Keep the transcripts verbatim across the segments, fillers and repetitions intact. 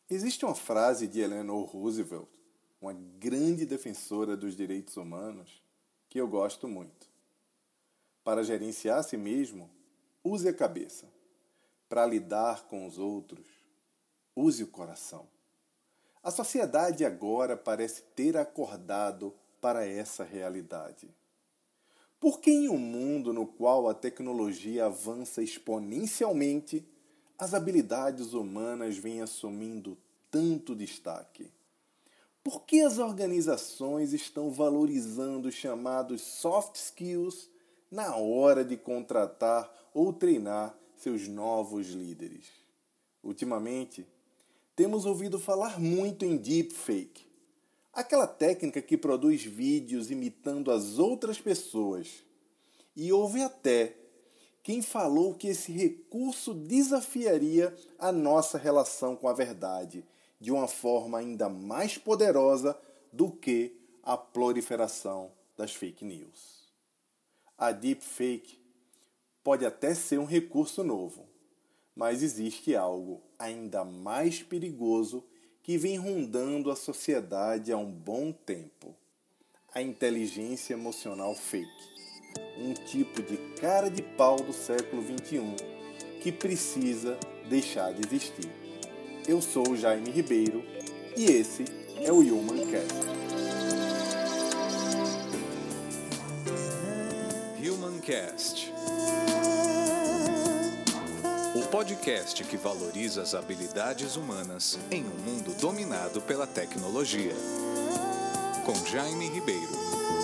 Existe uma frase de Eleanor Roosevelt, uma grande defensora dos direitos humanos, que eu gosto muito. Para gerenciar a si mesmo, use a cabeça. Para lidar com os outros, use o coração. A sociedade agora parece ter acordado para essa realidade. Por que em um mundo no qual a tecnologia avança exponencialmente, as habilidades humanas vêm assumindo tanto destaque? Por que as organizações estão valorizando os chamados soft skills na hora de contratar ou treinar seus novos líderes? Ultimamente, temos ouvido falar muito em deepfake, aquela técnica que produz vídeos imitando as outras pessoas. E houve até quem falou que esse recurso desafiaria a nossa relação com a verdade de uma forma ainda mais poderosa do que a proliferação das fake news. A deepfake pode até ser um recurso novo, mas existe algo ainda mais perigoso que vem rondando a sociedade há um bom tempo: a inteligência emocional fake. Um tipo de cara de pau do século vinte e um que precisa deixar de existir. Eu sou o Jaime Ribeiro e esse é o HumanCast. HumanCast, o podcast que valoriza as habilidades humanas em um mundo dominado pela tecnologia. Com Jaime Ribeiro.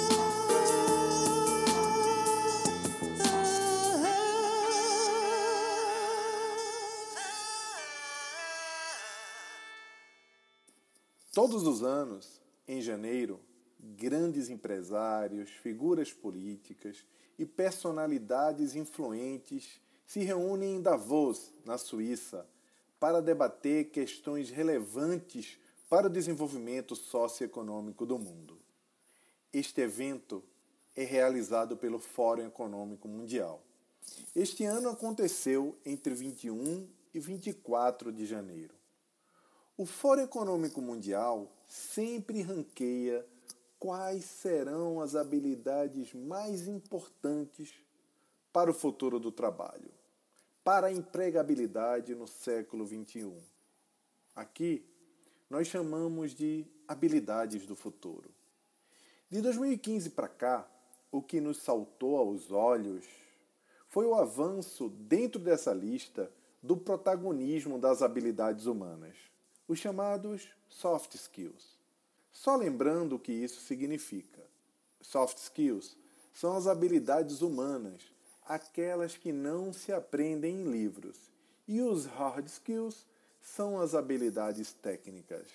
Todos os anos, em janeiro, grandes empresários, figuras políticas e personalidades influentes se reúnem em Davos, na Suíça, para debater questões relevantes para o desenvolvimento socioeconômico do mundo. Este evento é realizado pelo Fórum Econômico Mundial. Este ano aconteceu entre vinte e um e vinte e quatro de janeiro. O Fórum Econômico Mundial sempre ranqueia quais serão as habilidades mais importantes para o futuro do trabalho, para a empregabilidade no século vinte e um. Aqui, nós chamamos de habilidades do futuro. De dois mil e quinze para cá, o que nos saltou aos olhos foi o avanço dentro dessa lista do protagonismo das habilidades humanas, os chamados soft skills. Só lembrando o que isso significa. Soft skills são as habilidades humanas, aquelas que não se aprendem em livros. E os hard skills são as habilidades técnicas.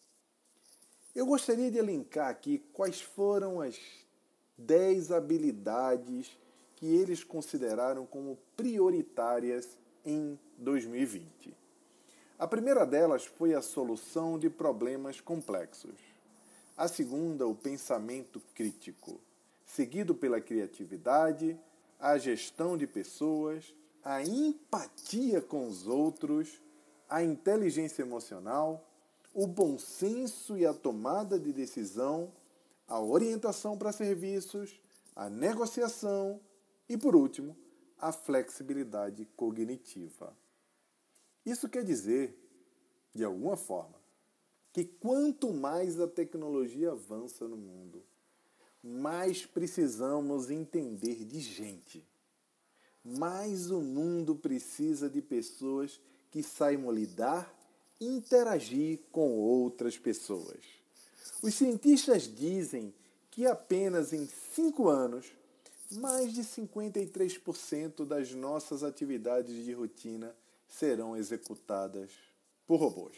Eu gostaria de elencar aqui quais foram as dez habilidades que eles consideraram como prioritárias em dois mil e vinte. A primeira delas foi a solução de problemas complexos. A segunda, o pensamento crítico, seguido pela criatividade, a gestão de pessoas, a empatia com os outros, a inteligência emocional, o bom senso e a tomada de decisão, a orientação para serviços, a negociação e, por último, a flexibilidade cognitiva. Isso quer dizer, de alguma forma, que quanto mais a tecnologia avança no mundo, mais precisamos entender de gente. Mais o mundo precisa de pessoas que saibam lidar e interagir com outras pessoas. Os cientistas dizem que apenas em cinco anos, mais de cinquenta e três por cento das nossas atividades de rotina serão executadas por robôs.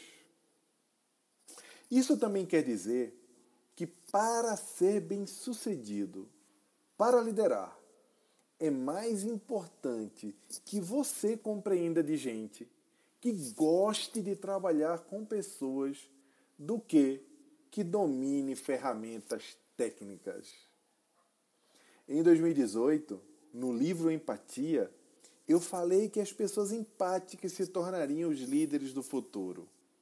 Isso também quer dizer que para ser bem-sucedido, para liderar, é mais importante que você compreenda de gente, que goste de trabalhar com pessoas, do que que domine ferramentas técnicas. Em dois mil e dezoito, no livro Empatia, eu falei que as pessoas empáticas se tornariam os líderes do futuro.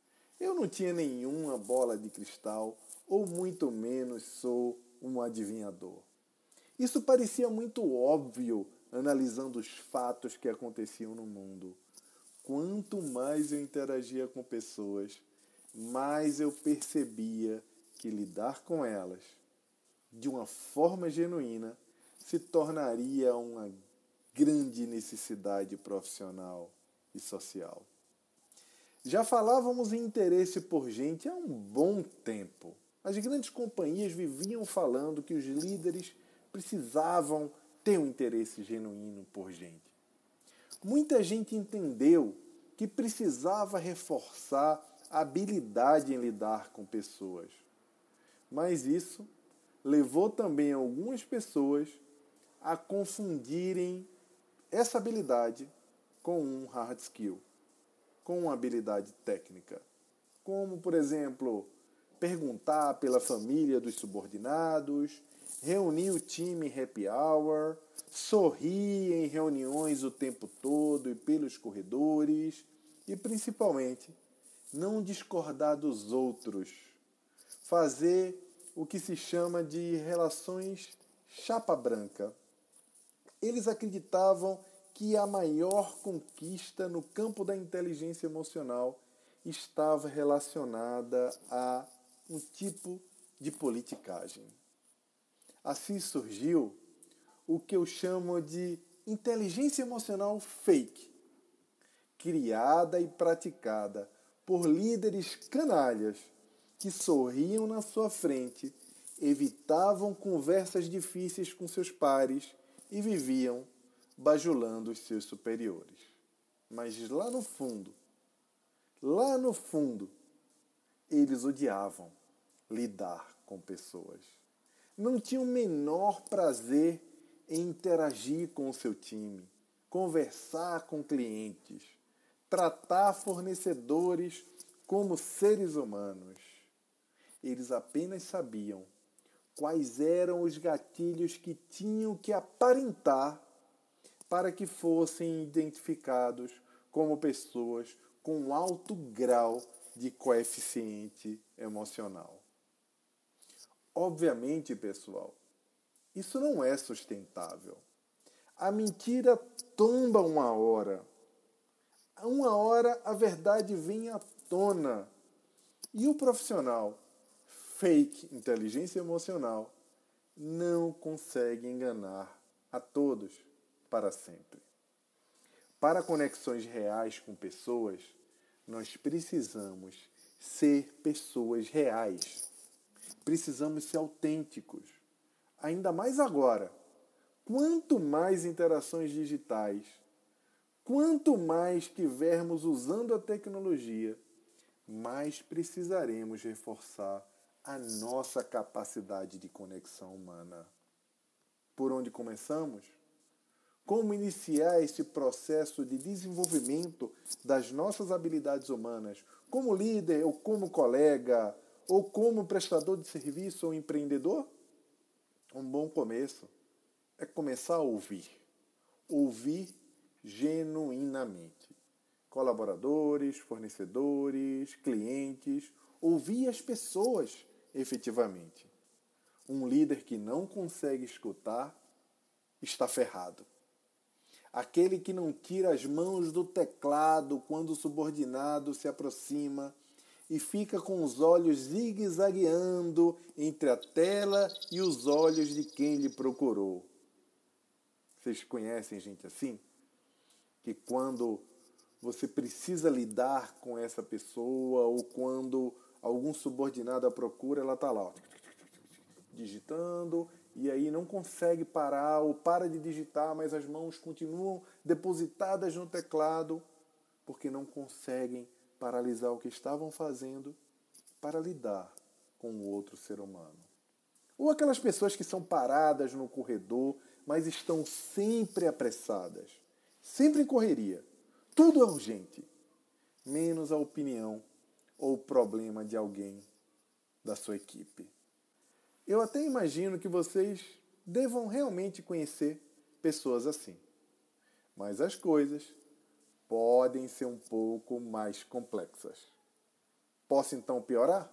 Eu não tinha nenhuma bola de cristal, ou muito menos sou um adivinhador. Isso parecia muito óbvio, analisando os fatos que aconteciam no mundo. Quanto mais eu interagia com pessoas, mais eu percebia que lidar com elas, de uma forma genuína, se tornaria uma grande necessidade profissional e social. Já falávamos em interesse por gente há um bom tempo. As grandes companhias viviam falando que os líderes precisavam ter um interesse genuíno por gente. Muita gente entendeu que precisava reforçar a habilidade em lidar com pessoas. Mas isso levou também algumas pessoas a confundirem essa habilidade com um hard skill, com uma habilidade técnica. Como, por exemplo, perguntar pela família dos subordinados, reunir o time em happy hour, sorrir em reuniões o tempo todo e pelos corredores e, principalmente, não discordar dos outros. Fazer o que se chama de relações chapa branca. Eles acreditavam que a maior conquista no campo da inteligência emocional estava relacionada a um tipo de politicagem. Assim surgiu o que eu chamo de inteligência emocional fake, criada e praticada por líderes canalhas que sorriam na sua frente, evitavam conversas difíceis com seus pares e viviam bajulando os seus superiores. Mas lá no fundo, lá no fundo, eles odiavam lidar com pessoas. Não tinham o menor prazer em interagir com o seu time, conversar com clientes, tratar fornecedores como seres humanos. Eles apenas sabiam quais eram os gatilhos que tinham que aparentar para que fossem identificados como pessoas com alto grau de coeficiente emocional. Obviamente, pessoal, isso não é sustentável. A mentira tomba uma hora. Uma hora a verdade vem à tona. E o profissional fake inteligência emocional não consegue enganar a todos para sempre. Para conexões reais com pessoas, nós precisamos ser pessoas reais. Precisamos ser autênticos. Ainda mais agora. Quanto mais interações digitais, quanto mais estivermos usando a tecnologia, mais precisaremos reforçar a nossa capacidade de conexão humana. Por onde começamos? Como iniciar esse processo de desenvolvimento das nossas habilidades humanas, como líder ou como colega, ou como prestador de serviço ou empreendedor? Um bom começo é começar a ouvir. Ouvir genuinamente. Colaboradores, fornecedores, clientes, ouvir as pessoas efetivamente. Um líder que não consegue escutar está ferrado. Aquele que não tira as mãos do teclado quando o subordinado se aproxima e fica com os olhos zigue-zagueando entre a tela e os olhos de quem lhe procurou. Vocês conhecem gente assim? Que quando você precisa lidar com essa pessoa ou quando algum subordinado a procura, ela está lá, ó, digitando, e aí não consegue parar ou para de digitar, mas as mãos continuam depositadas no teclado porque não conseguem paralisar o que estavam fazendo para lidar com o outro ser humano. Ou aquelas pessoas que são paradas no corredor, mas estão sempre apressadas, sempre em correria. Tudo é urgente, menos a opinião ou o problema de alguém da sua equipe. Eu até imagino que vocês devam realmente conhecer pessoas assim. Mas as coisas podem ser um pouco mais complexas. possa então piorar?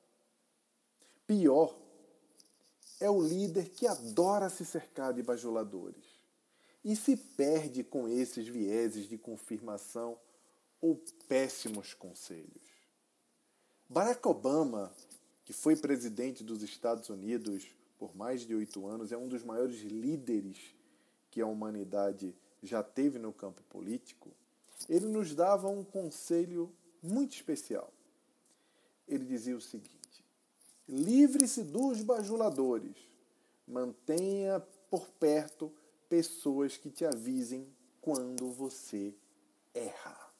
Pior é o líder que adora se cercar de bajuladores e se perde com esses vieses de confirmação ou péssimos conselhos. Barack Obama, que foi presidente dos Estados Unidos por mais de oito anos, é um dos maiores líderes que a humanidade já teve no campo político. Ele nos dava um conselho muito especial. Ele dizia o seguinte: livre-se dos bajuladores, mantenha por perto pessoas que te avisem quando você erra.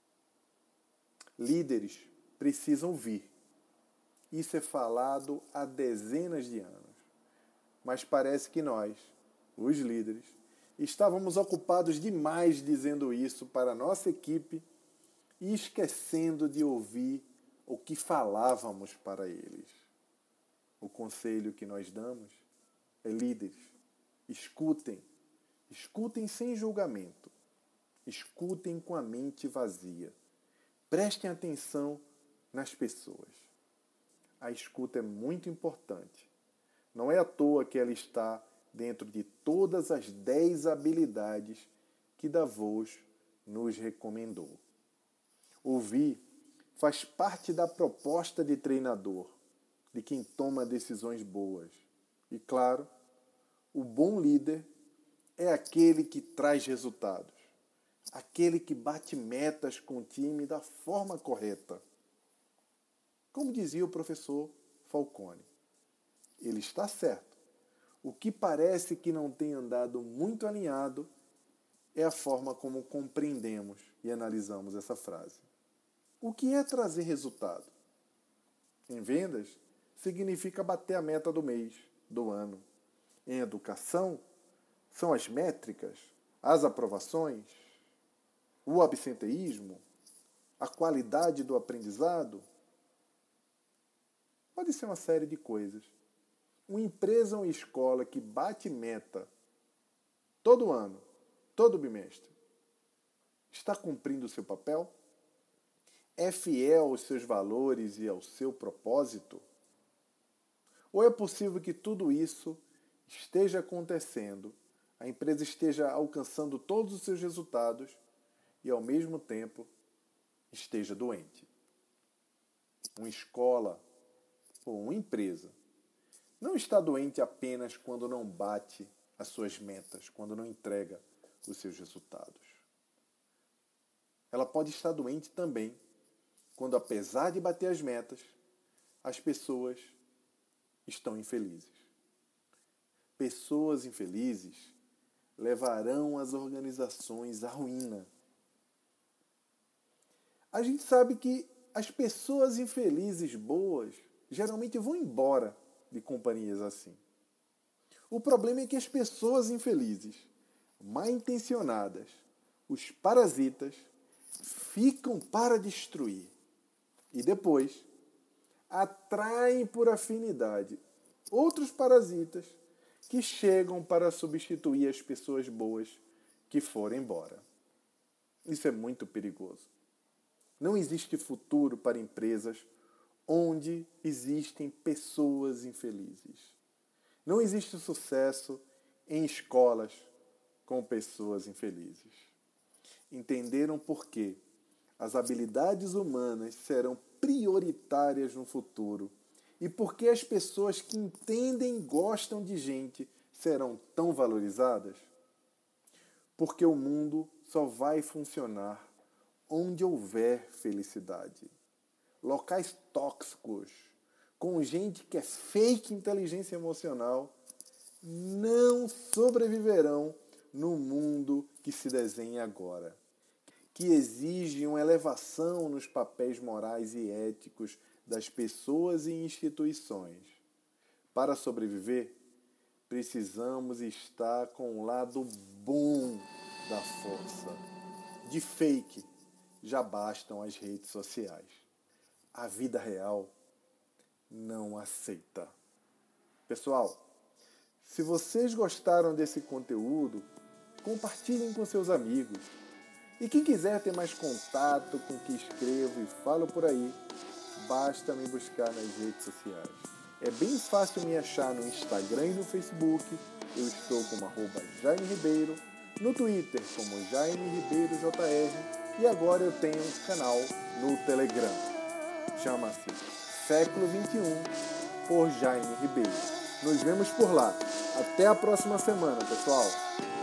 Líderes precisam vir. Isso é falado há dezenas de anos. Mas parece que nós, os líderes, estávamos ocupados demais dizendo isso para a nossa equipe e esquecendo de ouvir o que falávamos para eles. O conselho que nós damos é: líderes, escutem, escutem sem julgamento, escutem com a mente vazia, prestem atenção nas pessoas. A escuta é muito importante. Não é à toa que ela está dentro de todas as dez habilidades que Davos nos recomendou. Ouvir faz parte da proposta de treinador, de quem toma decisões boas. E, claro, o bom líder é aquele que traz resultados, aquele que bate metas com o time da forma correta. Como dizia o professor Falcone, ele está certo. O que parece que não tem andado muito alinhado é a forma como compreendemos e analisamos essa frase. O que é trazer resultado? Em vendas, significa bater a meta do mês, do ano. Em educação, são as métricas, as aprovações, o absenteísmo, a qualidade do aprendizado. Pode ser uma série de coisas. Uma empresa ou escola que bate meta todo ano, todo bimestre, está cumprindo o seu papel? É fiel aos seus valores e ao seu propósito? Ou é possível que tudo isso esteja acontecendo, a empresa esteja alcançando todos os seus resultados e, ao mesmo tempo, esteja doente? Uma escola ou uma empresa não está doente apenas quando não bate as suas metas, quando não entrega os seus resultados. Ela pode estar doente também quando, apesar de bater as metas, as pessoas estão infelizes. Pessoas infelizes levarão as organizações à ruína. A gente sabe que as pessoas infelizes boas geralmente vão embora de companhias assim. O problema é que as pessoas infelizes, mal intencionadas, os parasitas, ficam para destruir e depois atraem por afinidade outros parasitas que chegam para substituir as pessoas boas que foram embora. Isso é muito perigoso. Não existe futuro para empresas onde existem pessoas infelizes. Não existe sucesso em escolas com pessoas infelizes. Entenderam por quê? As habilidades humanas serão prioritárias no futuro e por que as pessoas que entendem e gostam de gente serão tão valorizadas? Porque o mundo só vai funcionar onde houver felicidade. Locais tóxicos, com gente que é fake inteligência emocional, não sobreviverão no mundo que se desenha agora, que exige uma elevação nos papéis morais e éticos das pessoas e instituições. Para sobreviver, precisamos estar com o lado bom da força. De fake, já bastam as redes sociais. A vida real não aceita. Pessoal, se vocês gostaram desse conteúdo, compartilhem com seus amigos. E quem quiser ter mais contato com o que escrevo e falo por aí, basta me buscar nas redes sociais. É bem fácil me achar no Instagram e no Facebook. Eu estou como arroba Jaime Ribeiro, no Twitter como Jaime Ribeiro J R e agora eu tenho um canal no Telegram. Chama-se Século vinte e um por Jaime Ribeiro. Nos vemos por lá. Até a próxima semana, pessoal!